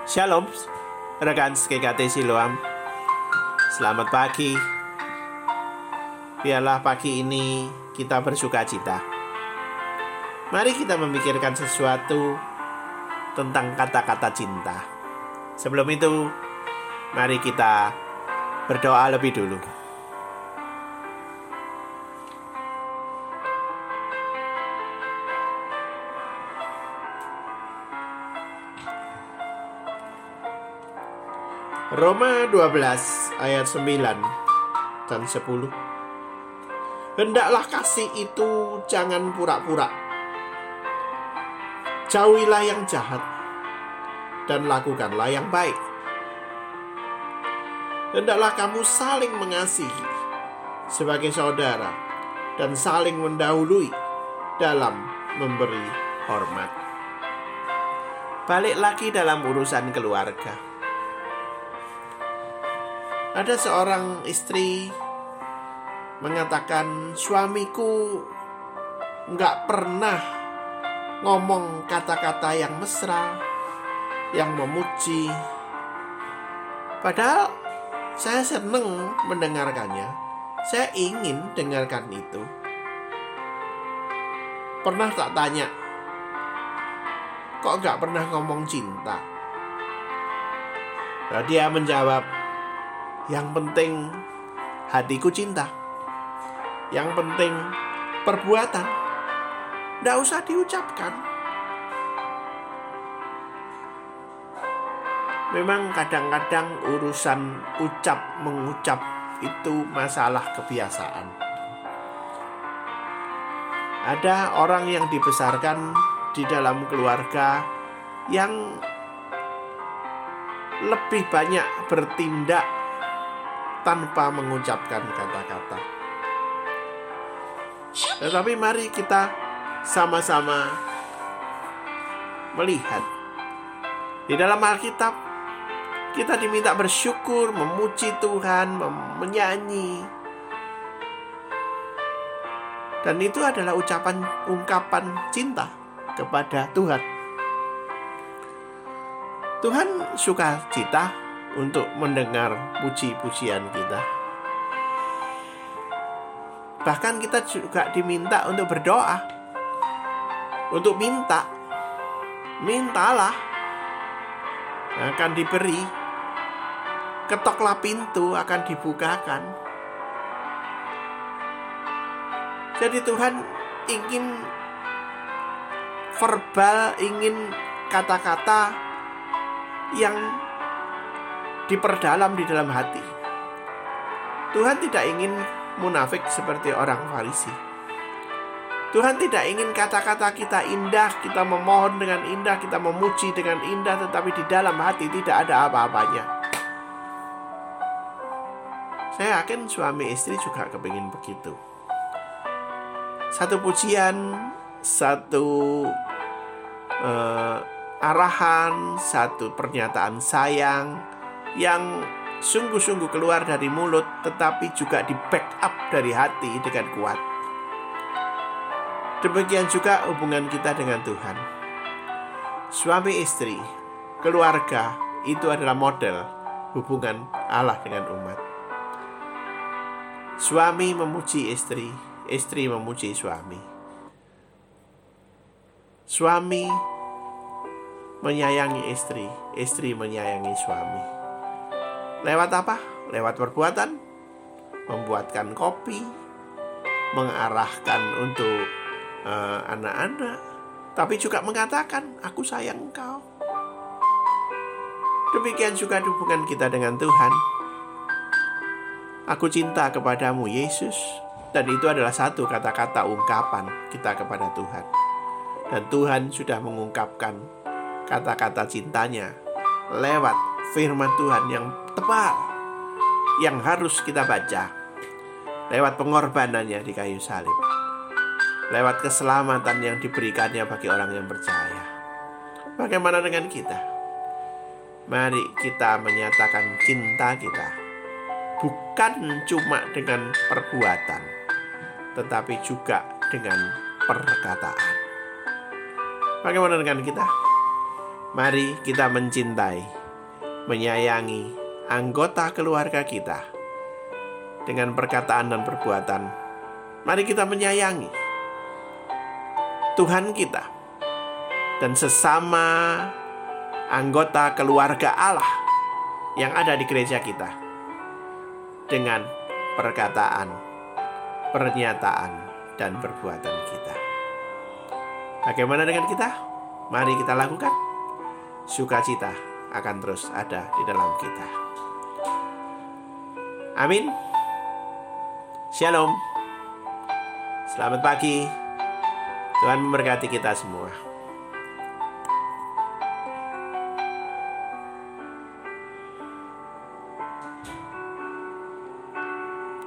Shalom, rekan GKT Siloam. Selamat pagi. Biarlah pagi ini kita bersuka cita. Mari kita memikirkan sesuatu tentang kata-kata cinta. Sebelum itu, mari kita berdoa lebih dulu. Roma 12 ayat 9 dan 10. Hendaklah kasih itu jangan pura-pura. Jauhilah yang jahat dan lakukanlah yang baik. Hendaklah kamu saling mengasihi sebagai saudara dan saling mendahului dalam memberi hormat. Balik lagi dalam urusan keluarga. Ada seorang istri mengatakan, suamiku nggak pernah ngomong kata-kata yang mesra, yang memuji. Padahal saya senang mendengarkannya. Saya ingin dengarkan itu. Pernah tak tanya, kok nggak pernah ngomong cinta? Nah, dia menjawab, yang penting hatiku cinta. Yang penting perbuatan. Nggak usah diucapkan. Memang kadang-kadang urusan ucap-mengucap itu masalah kebiasaan. Ada orang yang dibesarkan di dalam keluarga yang lebih banyak bertindak tanpa mengucapkan kata-kata. Tetapi mari kita sama-sama melihat. Di dalam Alkitab, kita diminta bersyukur, memuji Tuhan, menyanyi. Dan itu adalah ungkapan cinta kepada Tuhan. Tuhan suka cita untuk mendengar puji-pujian kita. Bahkan kita juga diminta untuk berdoa, untuk mintalah akan diberi, ketoklah pintu akan dibukakan. Jadi Tuhan ingin verbal, ingin kata-kata yang diperdalam di dalam hati. Tuhan tidak ingin munafik seperti orang Farisi. Tuhan tidak ingin kata-kata kita indah, kita memohon dengan indah, kita memuji dengan indah, tetapi di dalam hati tidak ada apa-apanya. Saya yakin suami istri juga kepingin begitu. Satu pujian, satu arahan, satu pernyataan sayang yang sungguh-sungguh keluar dari mulut, tetapi juga di backup dari hati dengan kuat. Demikian juga hubungan kita dengan Tuhan. Suami istri, keluarga, itu adalah model hubungan Allah dengan umat. Suami memuji istri, istri memuji suami. Suami menyayangi istri, istri menyayangi suami. Lewat apa? Lewat perbuatan, membuatkan kopi, mengarahkan untuk anak-anak, tapi juga mengatakan, aku sayang engkau. Demikian juga hubungan kita dengan Tuhan. Aku cinta kepadamu, Yesus. Dan itu adalah satu kata-kata ungkapan kita kepada Tuhan. Dan Tuhan sudah mengungkapkan kata-kata cintanya lewat firman Tuhan yang tebal, yang harus kita baca, lewat pengorbanannya di kayu salib, lewat keselamatan yang diberikannya bagi orang yang percaya. Bagaimana dengan kita? Mari kita menyatakan cinta kita, bukan cuma dengan perbuatan, tetapi juga dengan perkataan. Bagaimana dengan kita? Mari kita mencintai menyayangi anggota keluarga kita dengan perkataan dan perbuatan. Mari kita menyayangi Tuhan kita dan sesama anggota keluarga Allah yang ada di gereja kita dengan perkataan, pernyataan, dan perbuatan kita. Bagaimana dengan kita? Mari kita lakukan. Sukacita akan terus ada di dalam kita. Amin. Shalom. Selamat pagi. Tuhan memberkati kita semua.